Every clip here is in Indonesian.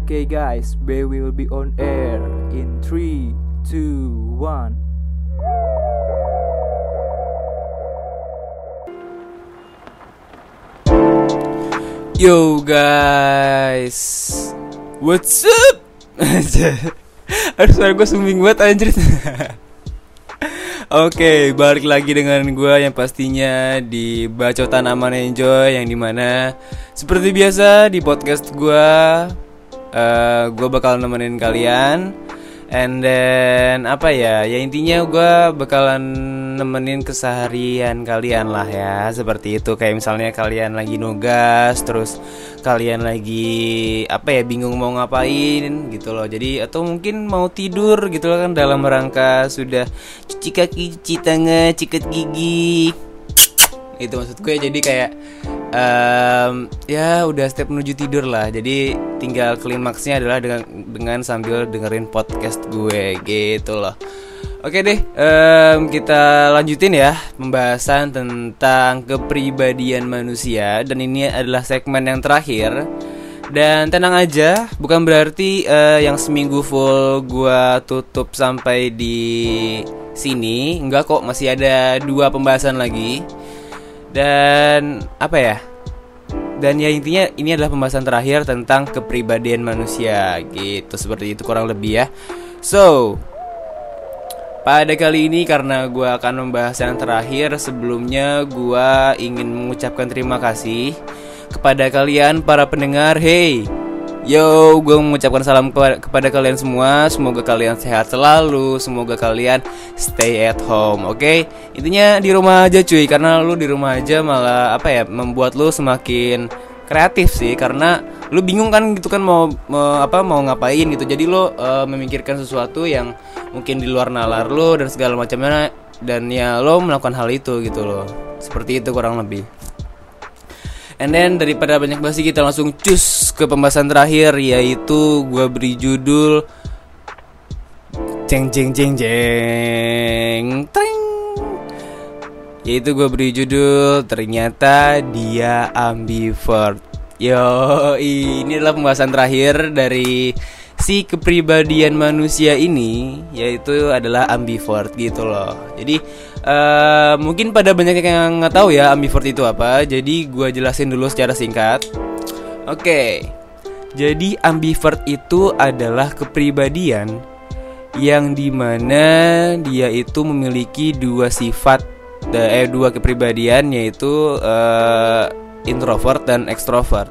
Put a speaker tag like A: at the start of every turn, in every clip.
A: Okay guys, we will be on air in 3, 2, 1. Yo guys, what's up? Aduh, suara gue sumbing banget anjir. Oke, balik lagi dengan gue yang pastinya di Bacotan Aman Enjoy, yang dimana seperti biasa di podcast gue bakal nemenin kalian. And then apa ya intinya gue bakalan nemenin keseharian kalian lah ya. Seperti itu, kayak misalnya kalian lagi nugas, terus kalian lagi bingung mau ngapain gitu loh. Jadi atau mungkin mau tidur gitu loh kan, dalam rangka sudah cuci kaki, cuci tangan, sikat gigi. Itu maksud gue. Jadi kayak ya udah step menuju tidur lah. Jadi tinggal klimaksnya adalah dengan sambil dengerin podcast gue gitu loh. Oke deh, kita lanjutin ya pembahasan tentang kepribadian manusia. Dan ini adalah segmen yang terakhir. Dan tenang aja, bukan berarti yang seminggu full gue tutup sampai di sini. Enggak kok, masih ada 2 pembahasan lagi. Dan Dan ya intinya ini adalah pembahasan terakhir tentang kepribadian manusia gitu, seperti itu kurang lebih ya. So, pada kali ini karena gue akan membahas yang terakhir, sebelumnya gue ingin mengucapkan terima kasih kepada kalian para pendengar. Hey, yo, gue mengucapkan salam kepada kalian semua. Semoga kalian sehat selalu, semoga kalian stay at home, oke? Intinya di rumah aja cuy, karena lu di rumah aja malah membuat lu semakin kreatif sih, karena lu bingung kan gitu kan mau ngapain gitu. Jadi lu memikirkan sesuatu yang mungkin di luar nalar lu dan segala macamnya, dan ya lu melakukan hal itu gitu loh. Seperti itu kurang lebih. And then daripada banyak basi, kita langsung cus ke pembahasan terakhir, yaitu gue beri judul jeng tring. Yaitu gue beri judul ternyata dia ambivert. Yo, ini adalah pembahasan terakhir dari si kepribadian manusia ini, yaitu adalah ambivert gitu loh. Jadi mungkin pada banyak yang nggak tahu ya ambivert itu apa. Jadi gue jelasin dulu secara singkat. Oke. Jadi ambivert itu adalah kepribadian yang dimana dia itu memiliki 2 sifat, 2 kepribadian, yaitu introvert dan extrovert.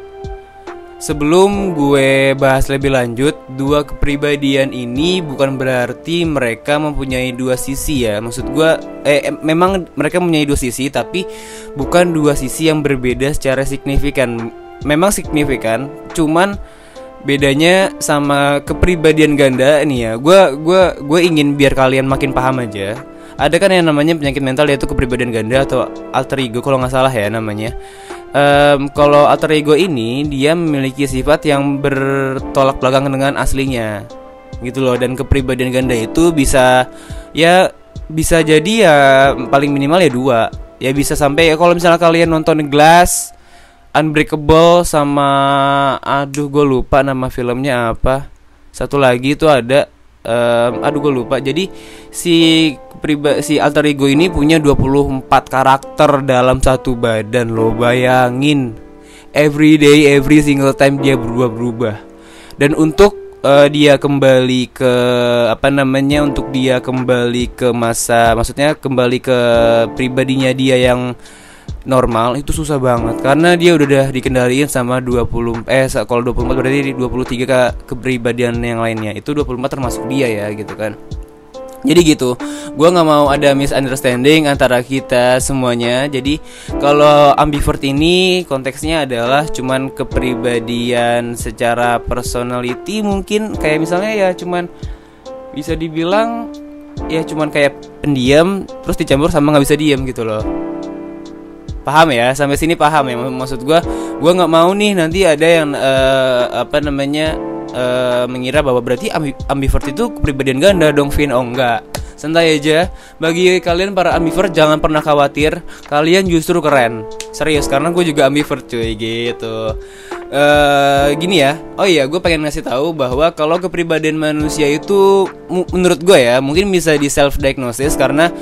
A: Sebelum gue bahas lebih lanjut, 2 kepribadian ini bukan berarti mereka mempunyai 2 sisi ya. Maksud gue, memang mereka mempunyai 2 sisi, tapi bukan 2 sisi yang berbeda secara signifikan. Memang signifikan, cuman bedanya sama kepribadian ganda nih ya. Gue ingin biar kalian makin paham aja. Ada kan yang namanya penyakit mental, yaitu kepribadian ganda atau alter ego kalau nggak salah ya namanya. Kalau alter ego ini dia memiliki sifat yang bertolak belakang dengan aslinya gitu loh. Dan kepribadian ganda itu bisa jadi ya paling minimal ya 2. Ya bisa sampai ya, kalau misalnya kalian nonton Glass, Unbreakable, sama gue lupa nama filmnya apa. Satu lagi itu ada gue lupa. Jadi si alter ego ini punya 24 karakter dalam satu badan. Lo bayangin, every day, every single time dia berubah-berubah. Dan untuk dia kembali ke untuk dia kembali ke masa, maksudnya kembali ke pribadinya dia yang normal, itu susah banget, karena dia udah dikendaliin sama kalau 24 berarti 23 kepribadian yang lainnya. Itu 24 termasuk dia ya gitu kan. Jadi gitu, gue gak mau ada misunderstanding antara kita semuanya. Jadi kalau ambivert ini konteksnya adalah cuman kepribadian secara personality, mungkin kayak misalnya ya cuman bisa dibilang ya cuman kayak pendiam terus dicampur sama gak bisa diem gitu loh. Paham ya? Sampai sini paham ya? Maksud gue gak mau nih nanti ada yang mengira bahwa berarti ambivert itu kepribadian ganda dong, Vin. Oh enggak, santai aja. Bagi kalian para ambivert jangan pernah khawatir, kalian justru keren. Serius, karena gue juga ambivert cuy gitu. Gini ya. Oh iya, gue pengen ngasih tahu bahwa kalau kepribadian manusia itu menurut gue ya, mungkin bisa di self diagnosis karena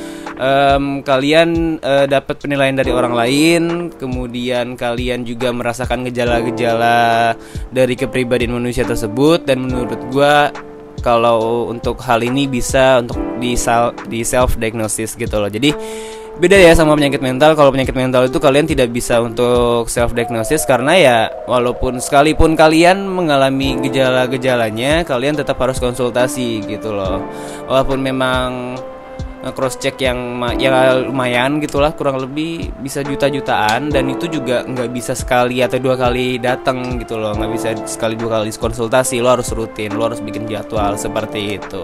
A: kalian dapat penilaian dari orang lain, kemudian kalian juga merasakan gejala-gejala dari kepribadian manusia tersebut, dan menurut gue kalau untuk hal ini bisa untuk di self diagnosis gitu loh. Jadi beda ya sama penyakit mental. Kalau penyakit mental itu kalian tidak bisa untuk self diagnosis karena ya walaupun sekalipun kalian mengalami gejala-gejalanya, kalian tetap harus konsultasi gitu loh. Walaupun memang cross check yang ya lumayan gitulah, kurang lebih bisa juta-jutaan, dan itu juga nggak bisa sekali atau dua kali datang gitu loh, nggak bisa sekali dua kali konsultasi, lo harus rutin, lo harus bikin jadwal seperti itu.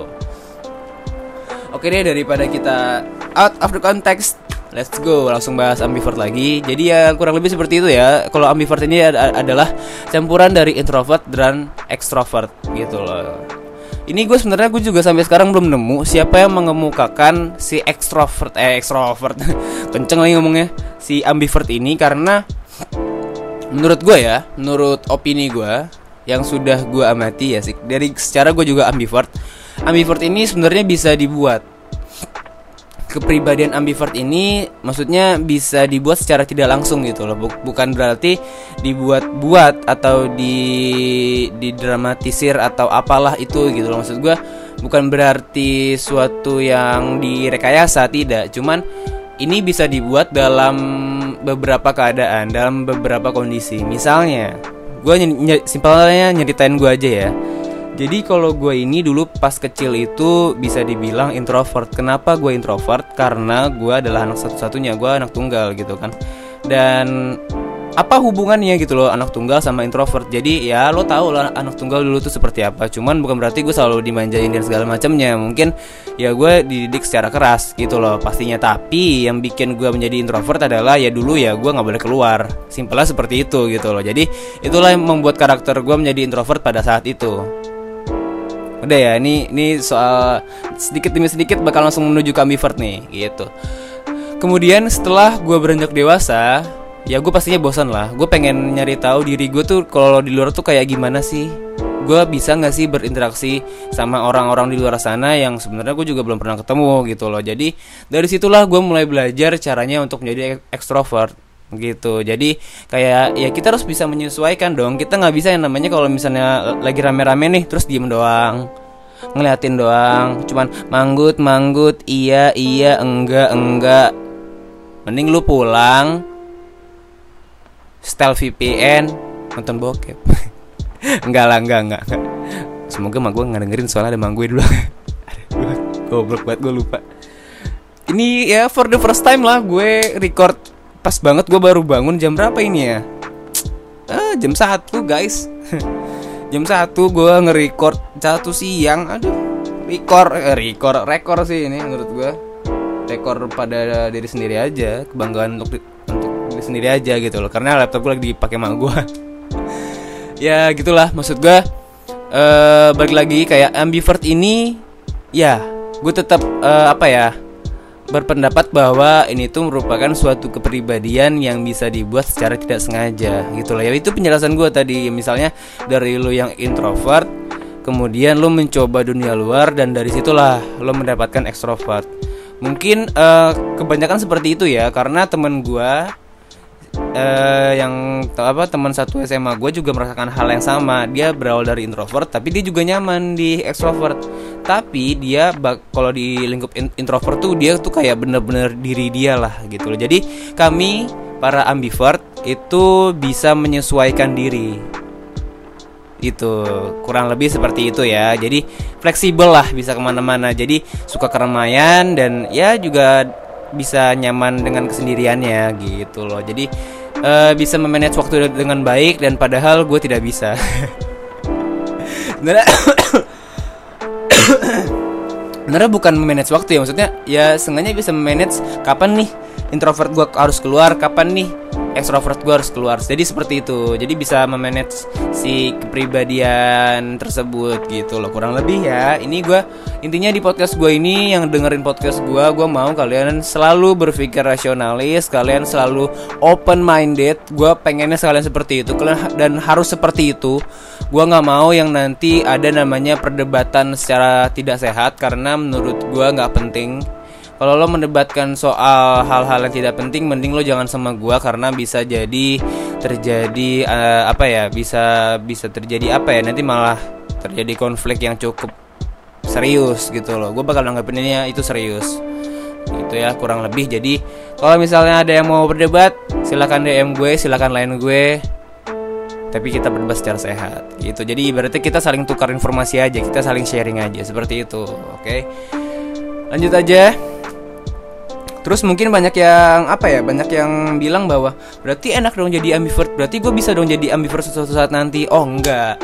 A: Oke deh, daripada kita out of the context, let's go langsung bahas ambivert lagi. Jadi ya kurang lebih seperti itu ya. Kalau ambivert ini adalah campuran dari introvert dan extrovert gitu loh. Ini gue sebenarnya juga sampai sekarang belum nemu siapa yang mengemukakan si extrovert kenceng lagi ngomongnya, si ambivert ini, karena menurut gue ya, menurut opini gue yang sudah gue amati ya sih, dari secara gue juga ambivert ini sebenarnya bisa dibuat. Kepribadian ambivert ini maksudnya bisa dibuat secara tidak langsung gitu loh. Bukan berarti dibuat-buat atau didramatisir atau apalah itu gitu loh. Maksud gue bukan berarti suatu yang direkayasa, tidak. Cuman ini bisa dibuat dalam beberapa keadaan, dalam beberapa kondisi. Misalnya gue simpelnya nyeritain gue aja ya. Jadi kalau gue ini dulu pas kecil itu bisa dibilang introvert. Kenapa gue introvert? Karena gue adalah anak satu-satunya, gue anak tunggal gitu kan. Dan apa hubungannya gitu loh anak tunggal sama introvert? Jadi ya lo tau lah anak tunggal dulu tuh seperti apa. Cuman bukan berarti gue selalu dimanjain dan segala macamnya. Mungkin ya gue dididik secara keras gitu loh pastinya. Tapi yang bikin gue menjadi introvert adalah ya dulu ya gue gak boleh keluar. Simpelnya seperti itu gitu loh. Jadi itulah yang membuat karakter gue menjadi introvert pada saat itu. Udah ya, ini soal sedikit demi sedikit bakal langsung menuju ke ambivert nih gitu. Kemudian setelah gue beranjak dewasa, ya gue pastinya bosan lah. Gue pengen nyari tahu diri gue tuh kalau di luar tuh kayak gimana sih. Gue bisa gak sih berinteraksi sama orang-orang di luar sana yang sebenarnya gue juga belum pernah ketemu gitu loh. Jadi dari situlah gue mulai belajar caranya untuk menjadi ekstrovert gitu. Jadi kayak ya kita harus bisa menyesuaikan dong. Kita nggak bisa yang namanya kalau misalnya lagi rame-rame nih terus diem doang, ngeliatin doang, cuman manggut iya enggak. Mending lu pulang, style VPN, nonton bokep. Enggak. Semoga mak gue nggak dengerin, soalnya ada mak gue dulu. Goblok banget, gue lupa. Ini ya for the first time lah gue record. Pas banget gue baru bangun. Jam berapa ini ya? Jam 1 guys. Jam 1 gue nge-record 1 siang. Aduh, rekor sih ini menurut gue. Rekor pada diri sendiri aja. Kebanggaan untuk diri sendiri aja gitu loh. Karena laptop gue lagi dipakai sama gue. Ya gitulah, maksud gue balik lagi kayak ambivert ini. Ya gue tetap berpendapat bahwa ini tuh merupakan suatu kepribadian yang bisa dibuat secara tidak sengaja gitu loh. Ya itu penjelasan gue tadi. Misalnya dari lo yang introvert, kemudian lo mencoba dunia luar, dan dari situlah lo mendapatkan ekstrovert. Mungkin kebanyakan seperti itu ya, karena temen gue teman satu SMA gue juga merasakan hal yang sama. Dia berawal dari introvert, tapi dia juga nyaman di ekstrovert. Tapi dia kalau di lingkup introvert tuh dia tuh kayak bener-bener diri dia lah gitu loh. Jadi kami para ambivert itu bisa menyesuaikan diri. Itu kurang lebih seperti itu ya. Jadi fleksibel lah, bisa kemana-mana. Jadi suka keramaian dan ya juga bisa nyaman dengan kesendiriannya gitu loh. Jadi bisa memanage waktu dengan baik, dan padahal gue tidak bisa. Sebenarnya bukan memanage waktu ya, maksudnya ya sengaja bisa memanage kapan nih introvert gue harus keluar, kapan nih ekstrovert gue harus keluar. Jadi seperti itu. Jadi bisa memanage si kepribadian tersebut gitu loh, kurang lebih ya. Ini gue intinya di podcast gue ini, yang dengerin podcast gue mau kalian selalu berpikir rasionalis, kalian selalu open minded. Gue pengennya sekalian seperti itu, kalian dan harus seperti itu. Gue nggak mau yang nanti ada namanya perdebatan secara tidak sehat, karena menurut gue nggak penting. Kalau lo mendebatkan soal hal-hal yang tidak penting, mending lo jangan sama gua, karena bisa jadi terjadi bisa terjadi nanti malah terjadi konflik yang cukup serius gitu loh. Gua bakal nanggepin ini itu serius. Gitu ya, kurang lebih. Jadi kalau misalnya ada yang mau berdebat, silakan DM gue, silakan line gue. Tapi kita berdebat secara sehat gitu. Jadi ibaratnya kita saling tukar informasi aja, kita saling sharing aja, seperti itu. Oke. Lanjut aja. Terus mungkin banyak yang bilang bahwa berarti enak dong jadi ambivert, berarti gue bisa dong jadi ambivert suatu saat nanti. Oh enggak.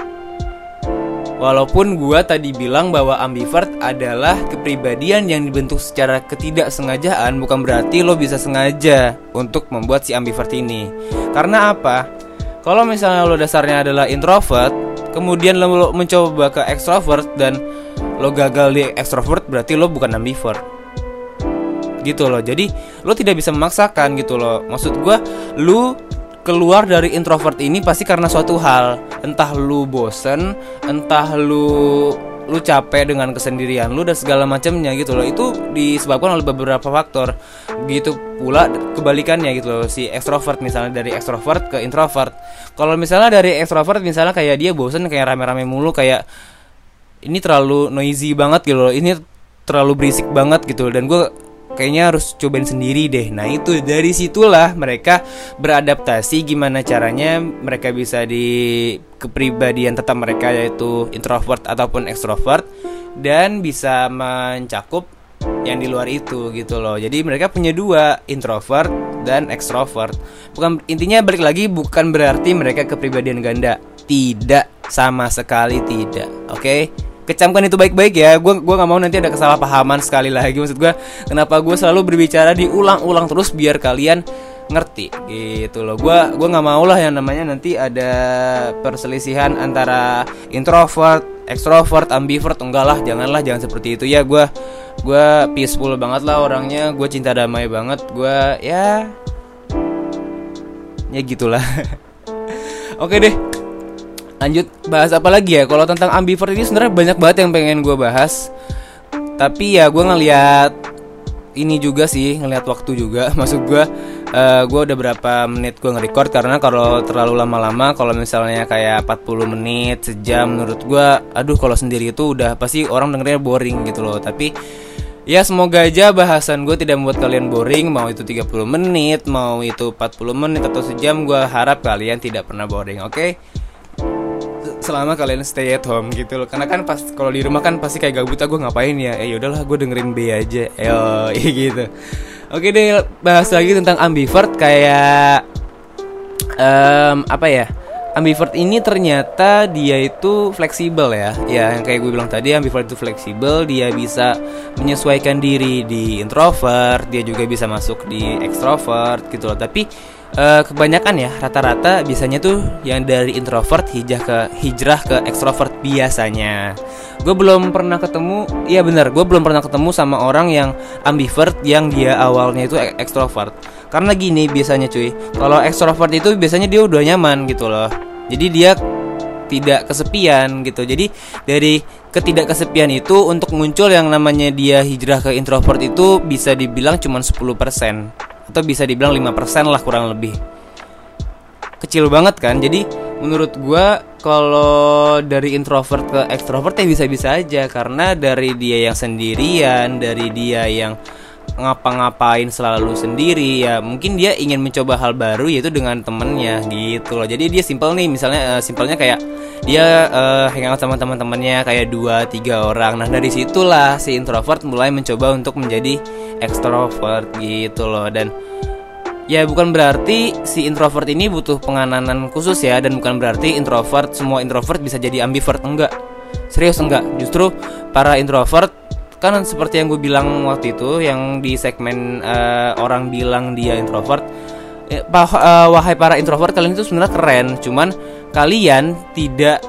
A: Walaupun gue tadi bilang bahwa ambivert adalah kepribadian yang dibentuk secara ketidaksengajaan, bukan berarti lo bisa sengaja untuk membuat si ambivert ini. Karena apa? Kalau misalnya lo dasarnya adalah introvert, kemudian lo mencoba ke extrovert dan lo gagal di extrovert, berarti lo bukan ambivert gitu loh. Jadi lo tidak bisa memaksakan gitu loh. Maksud gue, lo keluar dari introvert ini pasti karena suatu hal. Entah lo bosen, entah lo capek dengan kesendirian lo dan segala macamnya gitu loh. Itu disebabkan oleh beberapa faktor. Gitu pula kebalikannya gitu loh. Si extrovert misalnya dari extrovert ke introvert. Kalau misalnya dari extrovert misalnya kayak dia bosen, kayak rame-rame mulu, kayak ini terlalu noisy banget gitu loh, ini terlalu berisik banget gitu loh, dan gue kayaknya harus cobain sendiri deh. Nah itu dari situlah mereka beradaptasi gimana caranya mereka bisa di kepribadian tetap mereka, yaitu introvert ataupun extrovert, dan bisa mencakup yang di luar itu gitu loh. Jadi mereka punya dua, introvert dan extrovert. Bukan, intinya balik lagi, bukan berarti mereka kepribadian ganda. Tidak, sama sekali tidak. Oke? Kecamkan itu baik-baik ya. Gue nggak mau nanti ada kesalahpahaman sekali lagi. Maksud gue, kenapa gue selalu berbicara diulang-ulang terus biar kalian ngerti gitu loh. Gue nggak mau lah yang namanya nanti ada perselisihan antara introvert, extrovert, ambivert. Enggak lah, jangan seperti itu ya. Gue peaceful banget lah orangnya. Gue cinta damai banget. Gue ya gitulah. Oke deh. Lanjut, bahas apa lagi ya? Kalau tentang ambivert ini sebenarnya banyak banget yang pengen gue bahas. Tapi ya gue ngeliat ini juga sih, ngeliat waktu juga. Maksud gue udah berapa menit gue nge-record. Karena kalau terlalu lama-lama, kalau misalnya kayak 40 menit, sejam, menurut gue, aduh kalau sendiri itu udah pasti orang dengernya boring gitu loh. Tapi ya semoga aja bahasan gue tidak membuat kalian boring. Mau itu 30 menit, mau itu 40 menit atau sejam, gue harap kalian tidak pernah boring, oke? Selama kalian stay at home gitu loh. Karena kan pas kalau di rumah kan pasti kayak gabut, gue ngapain ya? Yaudahlah gue dengerin B aja. Gitu. Oke deh, bahas lagi tentang ambivert. Kayak ambivert ini ternyata dia itu fleksibel ya. Ya yang kayak gue bilang tadi, ambivert itu fleksibel. Dia bisa menyesuaikan diri di introvert, dia juga bisa masuk di extrovert gitu loh. Tapi kebanyakan ya, rata-rata biasanya tuh yang dari introvert hijrah ke extrovert biasanya. Gue belum pernah ketemu, iya benar, gue belum pernah ketemu sama orang yang ambivert yang dia awalnya itu extrovert. Karena gini biasanya cuy, kalau extrovert itu biasanya dia udah nyaman gitu loh. Jadi dia tidak kesepian gitu. Jadi dari ketidakkesepian itu untuk muncul yang namanya dia hijrah ke introvert itu bisa dibilang cuma 10%. Atau bisa dibilang 5% lah kurang lebih. Kecil banget kan. Jadi menurut gue kalau dari introvert ke extrovert ya bisa-bisa aja. Karena dari dia yang sendirian, dari dia yang ngapa-ngapain selalu sendiri, ya mungkin dia ingin mencoba hal baru, yaitu dengan temennya gitu loh. Jadi dia simple nih, misalnya simpelnya kayak dia hangout sama teman-temannya kayak 2-3 orang. Nah dari situlah si introvert mulai mencoba untuk menjadi extrovert gitu loh. Dan ya bukan berarti si introvert ini butuh penganan khusus ya. Dan bukan berarti semua introvert bisa jadi ambivert. Enggak, serius enggak. Justru para introvert kan seperti yang gue bilang waktu itu, yang di segmen orang bilang dia introvert, Wahai para introvert, kalian itu sebenarnya keren, cuman kalian tidak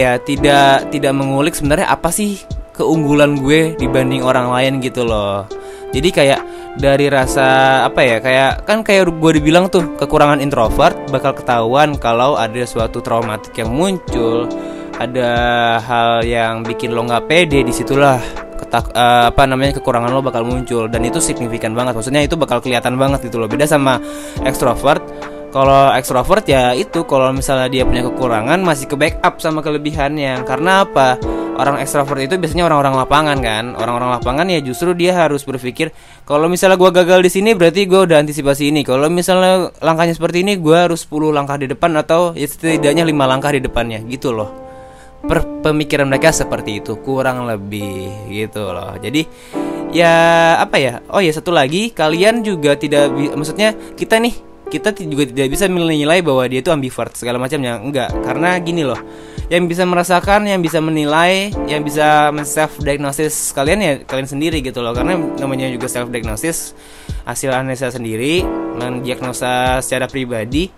A: tidak mengulik sebenarnya apa sih keunggulan gue dibanding orang lain gitu loh. Jadi kayak dari rasa kayak gue dibilang tuh, kekurangan introvert bakal ketahuan kalau ada suatu traumatik yang muncul, ada hal yang bikin lo nggak pede, disitulah kekurangan lo bakal muncul, dan itu signifikan banget. Maksudnya itu bakal kelihatan banget gitu loh. Beda sama ekstrovert. Kalau ekstrovert ya itu, kalau misalnya dia punya kekurangan masih ke backup sama kelebihannya. Karena apa? Orang ekstrovert itu biasanya orang-orang lapangan kan. Orang-orang lapangan ya justru dia harus berpikir, kalau misalnya gue gagal di sini berarti gue udah antisipasi ini. Kalau misalnya langkahnya seperti ini, gue harus 10 langkah di depan, atau ya setidaknya 5 langkah di depannya gitu loh. Pemikiran mereka seperti itu kurang lebih gitu loh. Jadi ya satu lagi, kalian juga tidak maksudnya kita juga tidak bisa menilai bahwa dia itu ambivert segala macamnya, enggak. Karena gini loh, yang bisa merasakan, yang bisa menilai, yang bisa self diagnosis kalian ya kalian sendiri gitu loh. Karena namanya juga self diagnosis, hasil analisa sendiri, mendiagnosa secara pribadi.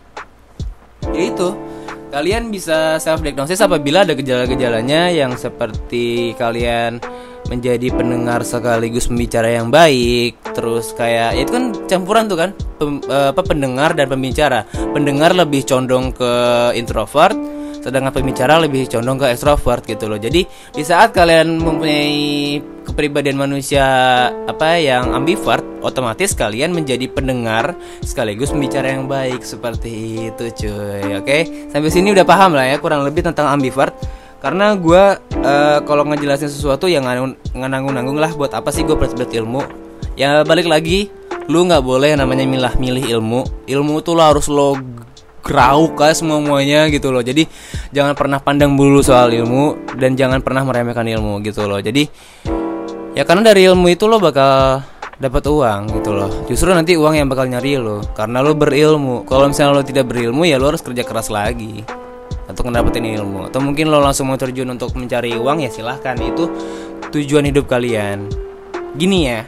A: Yaitu kalian bisa self diagnosis apabila ada gejala-gejalanya yang seperti kalian menjadi pendengar sekaligus pembicara yang baik. Terus kayak ya itu kan campuran tuh kan, pendengar dan pembicara. Pendengar lebih condong ke introvert, sedangkan pembicara lebih condong ke extrovert gitu loh. Jadi di saat kalian mempunyai kepribadian manusia yang ambivert, otomatis kalian menjadi pendengar sekaligus pembicara yang baik, seperti itu cuy. Oke, sampai sini udah paham lah ya kurang lebih tentang ambivert. Karena gue kalau ngejelasin sesuatu yang nanggung-nanggung lah, buat apa sih gue berat ilmu. Ya balik lagi, lu gak boleh namanya milah-milih ilmu. Ilmu tuh lo harus lo grauk kan semuanya gitu loh. Jadi jangan pernah pandang bulu soal ilmu, dan jangan pernah meremehkan ilmu gitu loh. Jadi ya karena dari ilmu itu lo bakal dapat uang gitu loh. Justru nanti uang yang bakal nyari lo, karena lo berilmu. Kalau misalnya lo tidak berilmu, ya lo harus kerja keras lagi untuk mendapatkan ilmu. Atau mungkin lo langsung mau terjun untuk mencari uang, ya silahkan. Itu tujuan hidup kalian. Gini ya,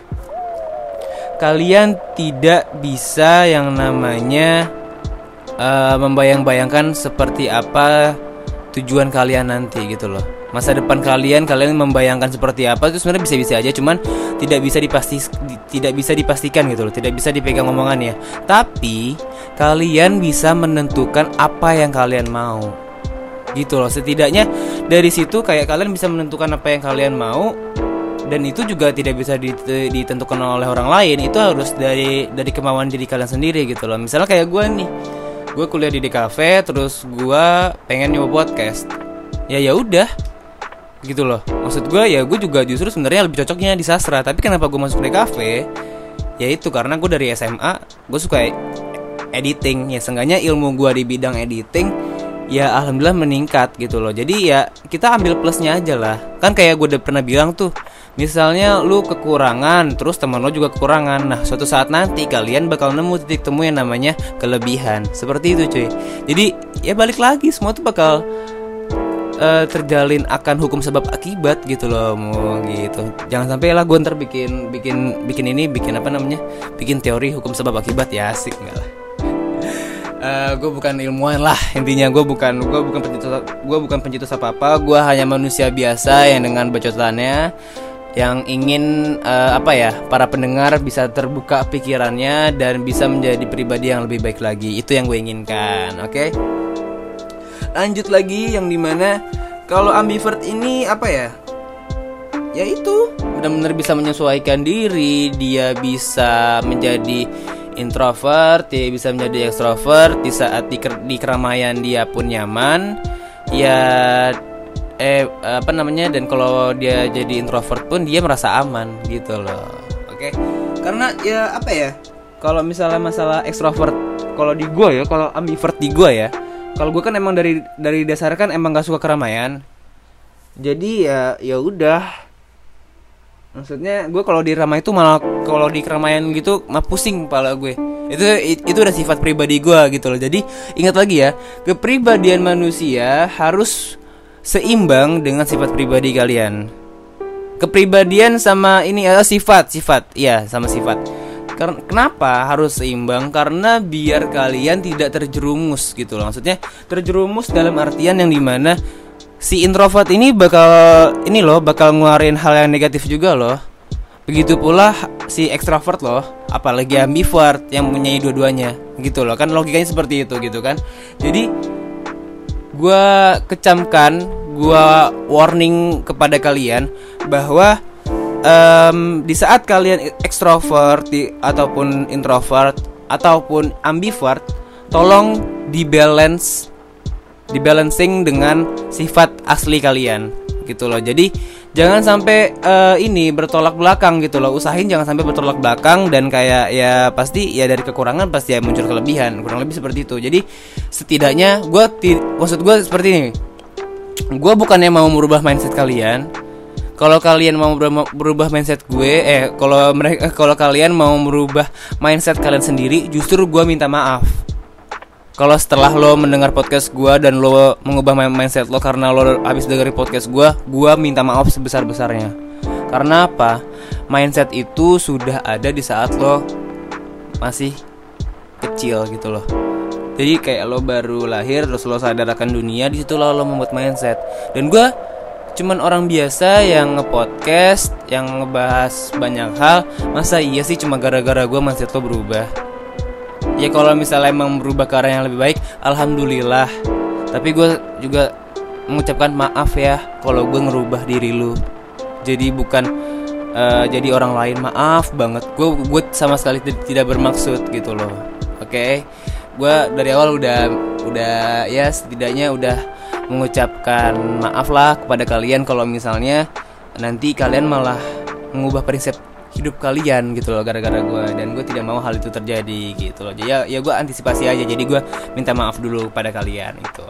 A: kalian tidak bisa yang namanya membayang-bayangkan seperti apa tujuan kalian nanti gitu loh. Masa depan kalian membayangkan seperti apa itu sebenarnya bisa-bisa aja, cuman tidak bisa dipastikan gitu loh, tidak bisa dipegang omongannya. Tapi kalian bisa menentukan apa yang kalian mau gitu loh. Setidaknya dari situ kayak kalian bisa menentukan apa yang kalian mau, dan itu juga tidak bisa ditentukan oleh orang lain. Itu harus dari kemauan diri kalian sendiri gitu loh. Misalnya kayak gue nih, gue kuliah di DKV, terus gue pengen nyoba podcast. Ya udah gitu loh. Maksud gue ya gue juga justru sebenarnya lebih cocoknya di sastra. Tapi kenapa gue masuk DKV? Ya itu karena gue dari SMA gue suka editing. Ya seenggaknya ilmu gue di bidang editing ya alhamdulillah meningkat gitu loh. Jadi ya kita ambil plusnya aja lah. Kan kayak gue udah pernah bilang tuh, misalnya lu kekurangan, terus teman lo juga kekurangan. Nah suatu saat nanti kalian bakal nemu titik temu yang namanya kelebihan. Seperti itu cuy. Jadi ya balik lagi, semua tuh bakal terjalin akan hukum sebab akibat gitu loh, gitu. Jangan sampai lah gue ntar bikin teori hukum sebab akibat, ya asik enggak lah. Gue bukan ilmuwan lah intinya. Gue bukan pencetus apa-apa. Gue hanya manusia biasa yang dengan bacotannya yang ingin para pendengar bisa terbuka pikirannya dan bisa menjadi pribadi yang lebih baik lagi. Itu yang gue inginkan. Oke? Lanjut lagi, yang dimana kalau ambivert ini ya itu benar-benar bisa menyesuaikan diri. Dia bisa menjadi introvert, dia bisa menjadi extrovert. Di saat di keramaian dia pun nyaman. Ya dan kalau dia jadi introvert pun dia merasa aman gitu loh. Oke? Karena ya kalau misalnya masalah extrovert, kalau di gue ya, kalau ambivert di gue ya, kalau gue kan emang dari dasar kan emang gak suka keramaian. Jadi ya udah. Maksudnya gue kalau di ramai itu malah, kalau di keramaian gitu mah pusing kepala gue. Itu udah sifat pribadi gue gitu loh. Jadi ingat lagi ya, kepribadian manusia harus seimbang dengan sifat pribadi kalian. Kepribadian sama ini adalah sifat. Iya, sama sifat. Kenapa harus seimbang? Karena biar kalian tidak terjerumus gitu loh. Maksudnya terjerumus dalam artian yang dimana si introvert ini bakal ngeluarin hal yang negatif juga loh. Begitu pula si extrovert loh, apalagi ambivert yang mempunyai dua-duanya gitu loh. Kan logikanya seperti itu gitu kan. Jadi gue warning kepada kalian bahwa di saat kalian ekstrovert ataupun introvert ataupun ambivert, tolong dibalancing dengan sifat asli kalian gitu loh. Jadi jangan sampai ini bertolak belakang gitu loh. Usahain jangan sampai bertolak belakang, dan kayak ya pasti ya dari kekurangan pasti ya muncul kelebihan, kurang lebih seperti itu. Jadi setidaknya maksud gue seperti ini. Gue bukannya mau merubah mindset kalian. Kalau kalian mau berubah mindset gue, kalau kalian mau merubah mindset kalian sendiri, justru gue minta maaf. Kalau setelah lo mendengar podcast gue dan lo mengubah mindset lo karena lo habis dengerin podcast gue minta maaf sebesar-besarnya. Karena apa? Mindset itu sudah ada di saat lo masih kecil gitu loh. Jadi kayak lo baru lahir terus lo sadar akan dunia, di situ lo membuat mindset. Dan gue cuman orang biasa yang nge-podcast, yang ngebahas banyak hal. Masa iya sih cuma gara-gara gue mindset lo berubah? Ya kalau misalnya emang berubah ke arah yang lebih baik, alhamdulillah. Tapi gue juga mengucapkan maaf ya kalau gue ngerubah diri lu. Jadi bukan jadi orang lain. Maaf banget. Gue sama sekali tidak bermaksud gitu loh. Oke. Gue dari awal udah ya setidaknya udah mengucapkan maaf lah kepada kalian kalau misalnya nanti kalian malah mengubah prinsip hidup kalian gitu loh gara-gara gue, dan gue tidak mau hal itu terjadi gitu loh. Jadi ya gue antisipasi aja. Jadi gue minta maaf dulu kepada kalian itu.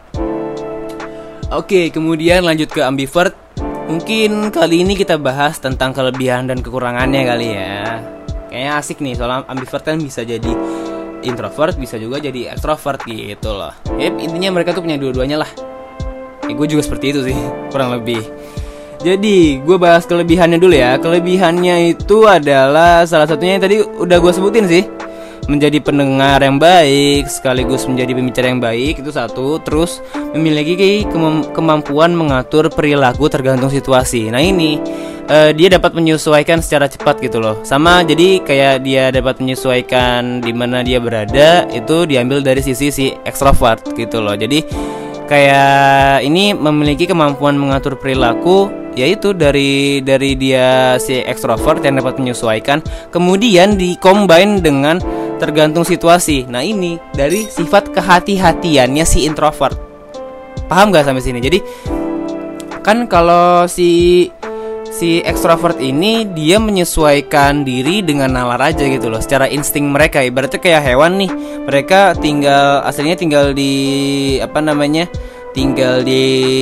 A: Oke, kemudian lanjut ke ambivert. Mungkin kali ini kita bahas tentang kelebihan dan kekurangannya kali ya. Kayaknya asik nih, soalnya ambivert kan bisa jadi introvert, bisa juga jadi extrovert gitu loh. Intinya mereka tuh punya dua-duanya lah. Gue juga seperti itu sih, kurang lebih. Jadi gue bahas kelebihannya dulu ya. Kelebihannya itu adalah salah satunya yang tadi udah gue sebutin sih, menjadi pendengar yang baik sekaligus menjadi pembicara yang baik, itu satu. Terus memiliki kemampuan mengatur perilaku tergantung situasi. Nah ini dia dapat menyesuaikan secara cepat gitu loh. Sama, jadi kayak dia dapat menyesuaikan di mana dia berada, itu diambil dari sisi si extrovert gitu loh. Jadi kayak ini memiliki kemampuan mengatur perilaku, yaitu dari dia si extrovert yang dapat menyesuaikan, kemudian dikombin dengan tergantung situasi. Nah ini dari sifat kehati-hatiannya si introvert. Paham gak sampai sini? Jadi kan kalau si extrovert ini dia menyesuaikan diri dengan nalar aja gitu loh, secara insting mereka. Ibaratnya kayak hewan nih, mereka aslinya tinggal di tinggal di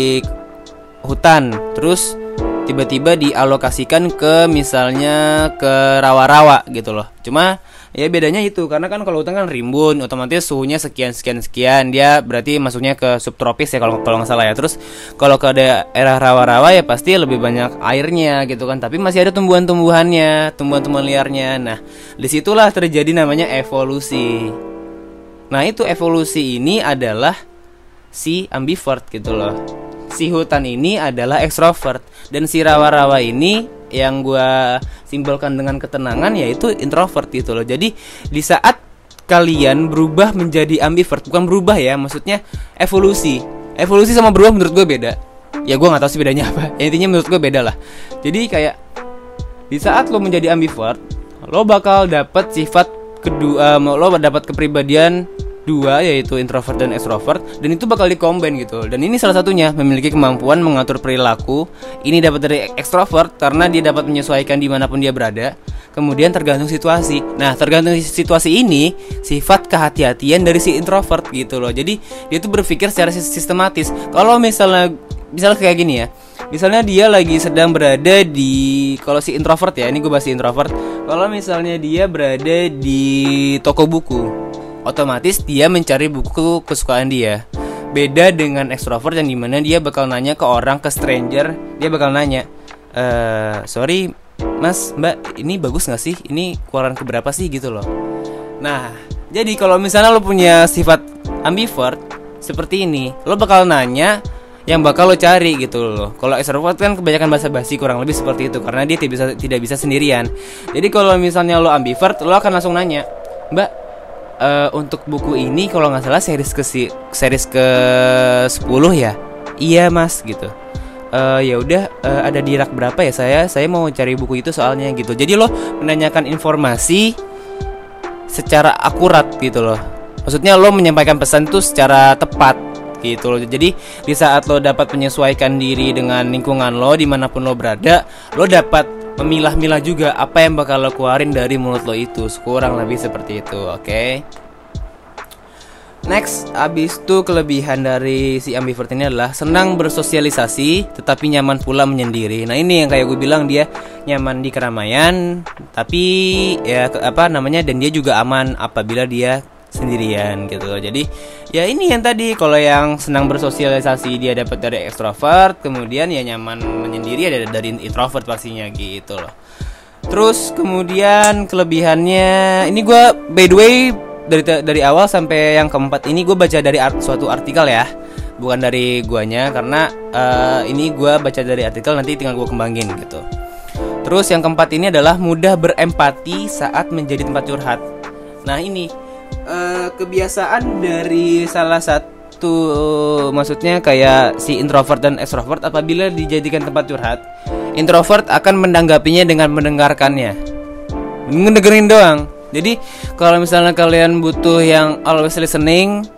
A: hutan, terus tiba-tiba dialokasikan ke misalnya ke rawa-rawa gitu loh. Cuma ya bedanya itu, karena kan kalau hutan kan rimbun, otomatis suhunya sekian, dia berarti masuknya ke subtropis ya kalau nggak salah ya. Terus kalau ke daerah rawa-rawa ya pasti lebih banyak airnya gitu kan, tapi masih ada tumbuhan-tumbuhan liarnya. Nah disitulah terjadi namanya evolusi. Nah itu evolusi ini adalah si ambivert gitu loh. Si hutan ini adalah extrovert, dan si rawa-rawa ini yang gue simbolkan dengan ketenangan yaitu introvert gitu loh. Jadi di saat kalian berubah menjadi ambivert, bukan berubah ya, maksudnya evolusi sama berubah menurut gue beda. Ya gue nggak tahu sih bedanya apa. Ya, intinya menurut gue beda lah. Jadi kayak di saat lo menjadi ambivert, lo bakal dapat sifat kedua, lo dapat kepribadian dua, yaitu introvert dan extrovert, dan itu bakal dikombin gitu. Dan ini salah satunya memiliki kemampuan mengatur perilaku. Ini dapat dari extrovert karena dia dapat menyesuaikan dimanapun dia berada. Kemudian tergantung situasi. Nah tergantung situasi ini sifat kehati-hatian dari si introvert gitu loh. Jadi dia tuh berpikir secara sistematis. Kalau misalnya kayak gini ya, misalnya dia lagi sedang berada di, kalau si introvert ya, ini gue bahas si introvert. Kalau misalnya dia berada di toko buku, otomatis dia mencari buku kesukaan dia. Beda dengan extrovert yang dimana dia bakal nanya ke orang, ke stranger. Dia bakal nanya, sorry Mas, Mbak, ini bagus gak sih? Ini keluaran keberapa sih gitu loh. Nah, jadi kalau misalnya lo punya sifat ambivert seperti ini, lo bakal nanya yang bakal lo cari gitu loh. Kalau extrovert kan kebanyakan basa-basi, kurang lebih seperti itu, karena dia tidak bisa sendirian. Jadi kalau misalnya lo ambivert, lo akan langsung nanya, Mbak, untuk buku ini kalau nggak salah series ke 10 ya? Iya mas gitu. Ya udah, ada di rak berapa ya, saya mau cari buku itu soalnya gitu. Jadi lo menanyakan informasi secara akurat gitu loh. Maksudnya lo menyampaikan pesan tuh secara tepat gitu loh. Jadi di saat lo dapat menyesuaikan diri dengan lingkungan lo dimanapun lo berada, lo dapat memilah-milah juga apa yang bakal lo keluarin dari mulut lo itu. Kurang lebih seperti itu, oke? Next, abis itu kelebihan dari si ambivert ini adalah senang bersosialisasi tetapi nyaman pula menyendiri. Nah ini yang kayak gue bilang, dia nyaman di keramaian tapi ya dan dia juga aman apabila dia sendirian gitu loh. Jadi ya ini yang tadi, kalau yang senang bersosialisasi dia dapat dari extrovert, kemudian ya nyaman menyendiri ada dari introvert pastinya gitu loh. Terus kemudian kelebihannya ini, gue by the way dari awal sampai yang keempat ini gue baca dari suatu artikel ya, bukan dari guanya, karena ini gue baca dari artikel, nanti tinggal gue kembangin gitu. Terus yang keempat ini adalah mudah berempati saat menjadi tempat curhat. Nah ini kebiasaan dari salah satu, maksudnya kayak si introvert dan extrovert, apabila dijadikan tempat curhat, introvert akan menanggapinya dengan mendengarkannya, ngedengerin doang. Jadi kalau misalnya kalian butuh yang always listening,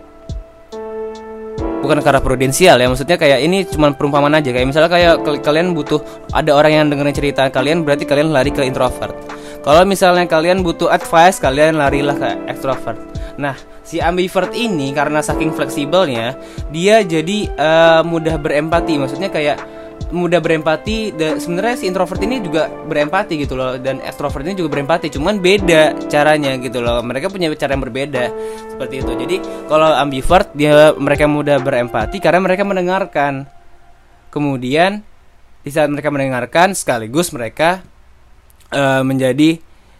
A: bukan karena prudensial ya, maksudnya kayak ini cuma perumpamaan aja. Kayak misalnya kayak kalian butuh ada orang yang dengerin cerita kalian, berarti kalian lari ke introvert. Kalau misalnya kalian butuh advice, kalian larilah ke extrovert. Nah, si ambivert ini karena saking fleksibelnya, dia jadi mudah berempati. Maksudnya kayak mudah berempati. Sebenarnya si introvert ini juga berempati gitu loh, dan extrovert ini juga berempati, cuman beda caranya gitu loh. Mereka punya cara yang berbeda seperti itu. Jadi kalau ambivert mereka mudah berempati karena mereka mendengarkan. Kemudian di saat mereka mendengarkan, sekaligus mereka menjadi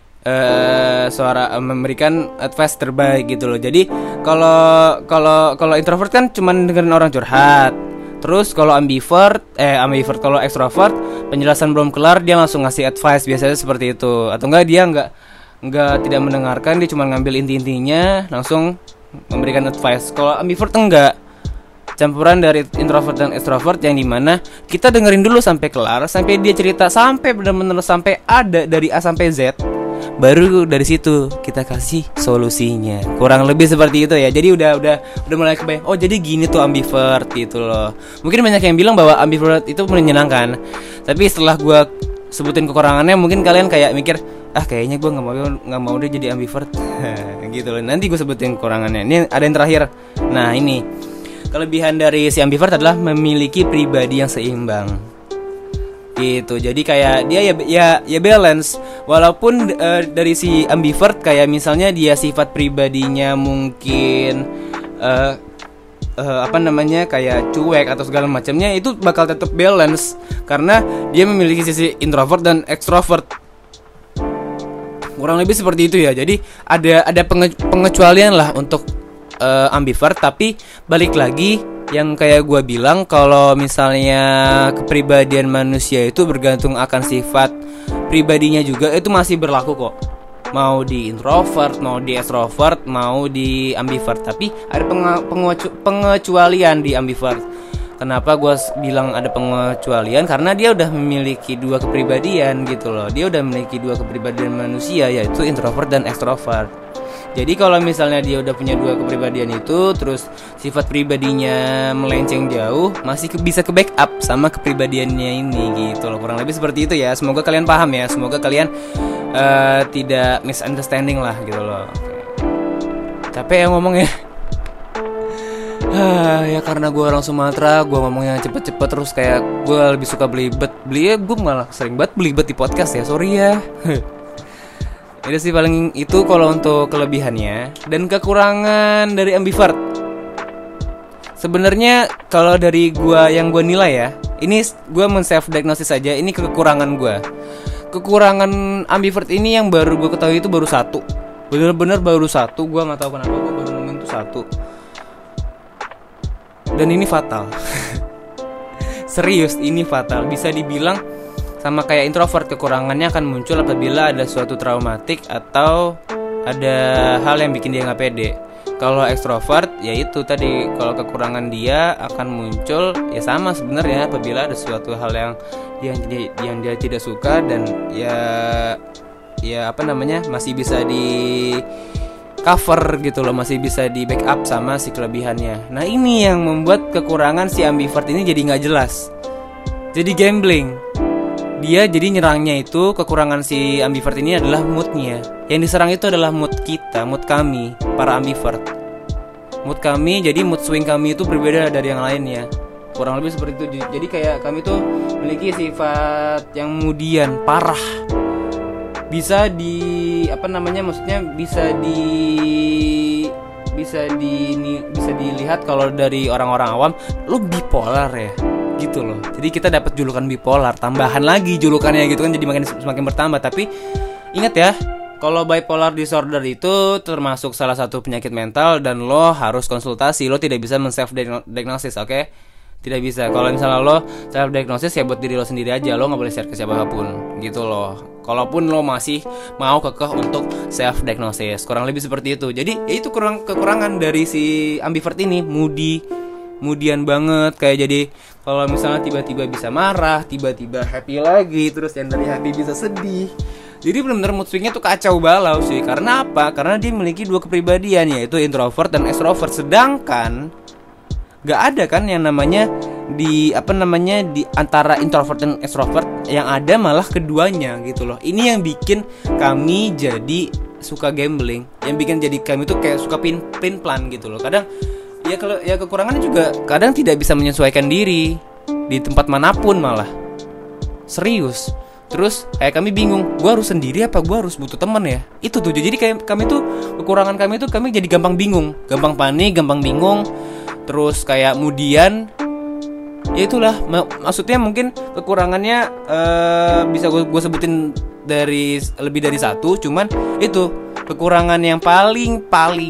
A: memberikan advice terbaik gitu loh. Jadi kalau introvert kan cuman dengerin orang curhat. Terus kalau ambivert kalau extrovert, penjelasan belum kelar dia langsung ngasih advice, biasanya seperti itu. Atau enggak dia enggak tidak mendengarkan, dia cuma ngambil inti-intinya langsung memberikan advice. Kalau ambivert enggak, campuran dari introvert dan extrovert, yang dimana kita dengerin dulu sampai kelar, sampai dia cerita, sampai benar-benar sampai ada dari A sampai Z, baru dari situ kita kasih solusinya. Kurang lebih seperti itu ya. Jadi udah mulai kebayang, oh jadi gini tuh ambivert gitu loh. Mungkin banyak yang bilang bahwa ambivert itu menyenangkan, tapi setelah gue sebutin kekurangannya, mungkin kalian kayak mikir, kayaknya gue nggak mau dia jadi ambivert gitu loh. Nanti gue sebutin kekurangannya. Ini ada yang terakhir. Nah ini kelebihan dari si ambivert adalah memiliki pribadi yang seimbang gitu. Jadi kayak dia ya balance. Walaupun dari si ambivert kayak misalnya dia sifat pribadinya mungkin kayak cuek atau segala macamnya, itu bakal tetap balance karena dia memiliki sisi introvert dan extrovert. Kurang lebih seperti itu ya. Jadi ada pengecualian lah untuk ambivert, tapi balik lagi yang kayak gue bilang, kalau misalnya kepribadian manusia itu bergantung akan sifat pribadinya juga, itu masih berlaku kok. Mau di introvert, mau di extrovert, mau di ambivert. Tapi ada pengecualian di ambivert. Kenapa gue bilang ada pengecualian? Karena dia udah memiliki dua kepribadian gitu loh. Dia udah memiliki dua kepribadian manusia, yaitu introvert dan extrovert. Jadi kalau misalnya dia udah punya dua kepribadian itu, terus sifat pribadinya melenceng jauh, masih bisa ke backup sama kepribadiannya ini gitu loh. Kurang lebih seperti itu ya. Semoga kalian paham ya. Semoga kalian tidak misunderstanding lah gitu loh. Capek ya ngomongnya. Ya karena gue orang Sumatera, gue ngomongnya cepet-cepet, terus kayak gue lebih suka belibet. Gue malah sering banget belibet di podcast ya. Sorry ya. Itu sih paling itu kalau untuk kelebihannya. Dan kekurangan dari ambivert, sebenarnya kalau dari gua yang gua nilai ya, ini gua men-self diagnosis aja, ini kekurangan gua. kekurangan ambivert ini yang baru gue ketahui itu baru satu. Bener-bener baru satu. Gue gak tahu kenapa gue baru nemuin itu satu. Dan ini fatal. Serius, ini fatal. Bisa dibilang sama kayak introvert, kekurangannya akan muncul apabila ada suatu traumatik atau ada hal yang bikin dia gak pede. Kalau ekstrovert, ya itu tadi, kalau kekurangan dia akan muncul ya sama sebenarnya apabila ada suatu hal yang dia tidak suka dan ya apa namanya, masih bisa di cover gitu loh, masih bisa di backup sama si kelebihannya. Nah ini yang membuat kekurangan si ambivert ini jadi nggak jelas, jadi gambling. Dia jadi nyerangnya itu, kekurangan si ambivert ini adalah moodnya. Yang diserang itu adalah mood kita, mood kami, para ambivert. Mood kami, jadi mood swing kami itu berbeda dari yang lainnya. Kurang lebih seperti itu. Jadi kayak kami tuh memiliki sifat yang kemudian parah. Bisa dilihat kalau dari orang-orang awam, lu bipolar ya. Gitu loh. Jadi kita dapat julukan bipolar, tambahan lagi julukannya gitu kan, jadi semakin bertambah. Tapi ingat ya, kalau bipolar disorder itu termasuk salah satu penyakit mental dan lo harus konsultasi. Lo tidak bisa men-self diagnosis, oke? Tidak bisa. Kalau misalnya lo self diagnosis ya buat diri lo sendiri aja, lo nggak boleh share ke siapapun gitu loh. Kalaupun lo masih mau kekeh untuk self diagnosis, kurang lebih seperti itu. Jadi ya itu kekurangan dari si ambivert ini, Mudian banget, kayak jadi kalau misalnya tiba-tiba bisa marah, tiba-tiba happy lagi, terus yang dari happy bisa sedih. Jadi benar-benar mood swingnya tuh kacau balau sih. Karena apa? Karena dia memiliki dua kepribadian, yaitu introvert dan extrovert. Sedangkan gak ada kan yang namanya di antara introvert dan extrovert, yang ada malah keduanya gitu loh. Ini yang bikin kami jadi suka gambling, yang bikin jadi kami tuh kayak suka pin plan gitu loh. Kadang ya kalau ya kekurangannya juga kadang tidak bisa menyesuaikan diri di tempat manapun malah. Serius. Terus kayak kami bingung, gue harus sendiri apa gue harus butuh teman ya? Itu tuh. Jadi kayak kami tuh, kekurangan kami tuh kami jadi gampang bingung, gampang panik, gampang bingung. Terus kayak kemudian ya itulah, maksudnya mungkin kekurangannya bisa gue sebutin dari lebih dari satu. Cuman itu kekurangan yang paling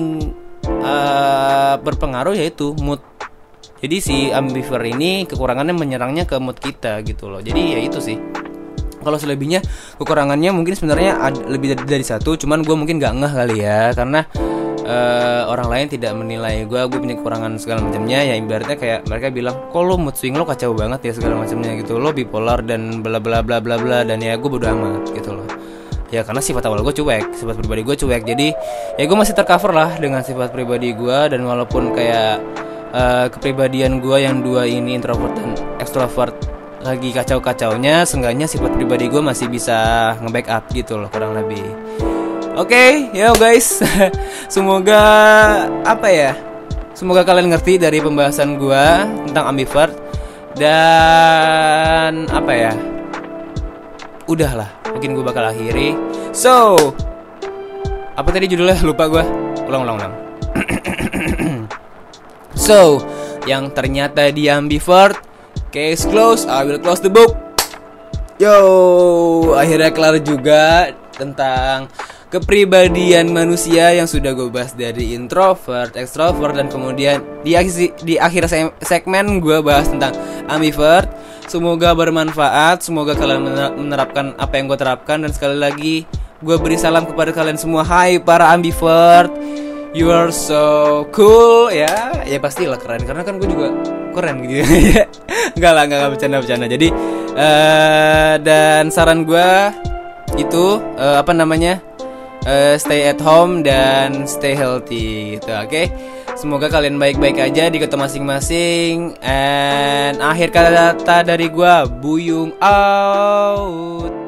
A: berpengaruh yaitu mood. Jadi si ambivert ini kekurangannya menyerangnya ke mood kita gitu loh. Jadi ya itu sih. Kalau selebihnya kekurangannya mungkin sebenarnya lebih dari satu. Cuman gue mungkin gak ngeh kali ya, karena orang lain tidak menilai gue punya kekurangan segala macamnya. Ya ibaratnya kayak mereka bilang, kok lo mood swing lo kacau banget ya segala macamnya gitu, lo bipolar dan bla bla bla bla bla. Dan ya gue bodo amat gitu loh. Ya karena sifat awal gue cuek, sifat pribadi gue cuek. Jadi ya gue masih tercover lah dengan sifat pribadi gue. Dan walaupun kayak kepribadian gue yang dua ini, introvert dan extrovert, lagi kacau-kacaunya, seenggaknya sifat pribadi gue masih bisa nge-backup gitu loh, kurang lebih. Oke, yo guys. Semoga semoga kalian ngerti dari pembahasan gue tentang ambivert. Dan udahlah, mungkin gue bakal akhiri. So, apa tadi judulnya? Lupa gue. Ulang. So, yang ternyata di ambivert, case closed, I will close the book. Yo, akhirnya kelar juga tentang kepribadian manusia yang sudah gue bahas dari introvert, extrovert, dan kemudian di akhir segmen gue bahas tentang ambivert. Semoga bermanfaat, semoga kalian menerapkan apa yang gue terapkan. Dan sekali lagi gue beri salam kepada kalian semua. Hai para ambivert, you are so cool ya. Ya pastilah keren, karena kan gue juga keren gitu ya. Enggak bercanda. Jadi dan saran gue itu stay at home dan stay healthy gitu, oke? Semoga kalian baik-baik aja di kota masing-masing. And akhir kata dari gue, Buyung out.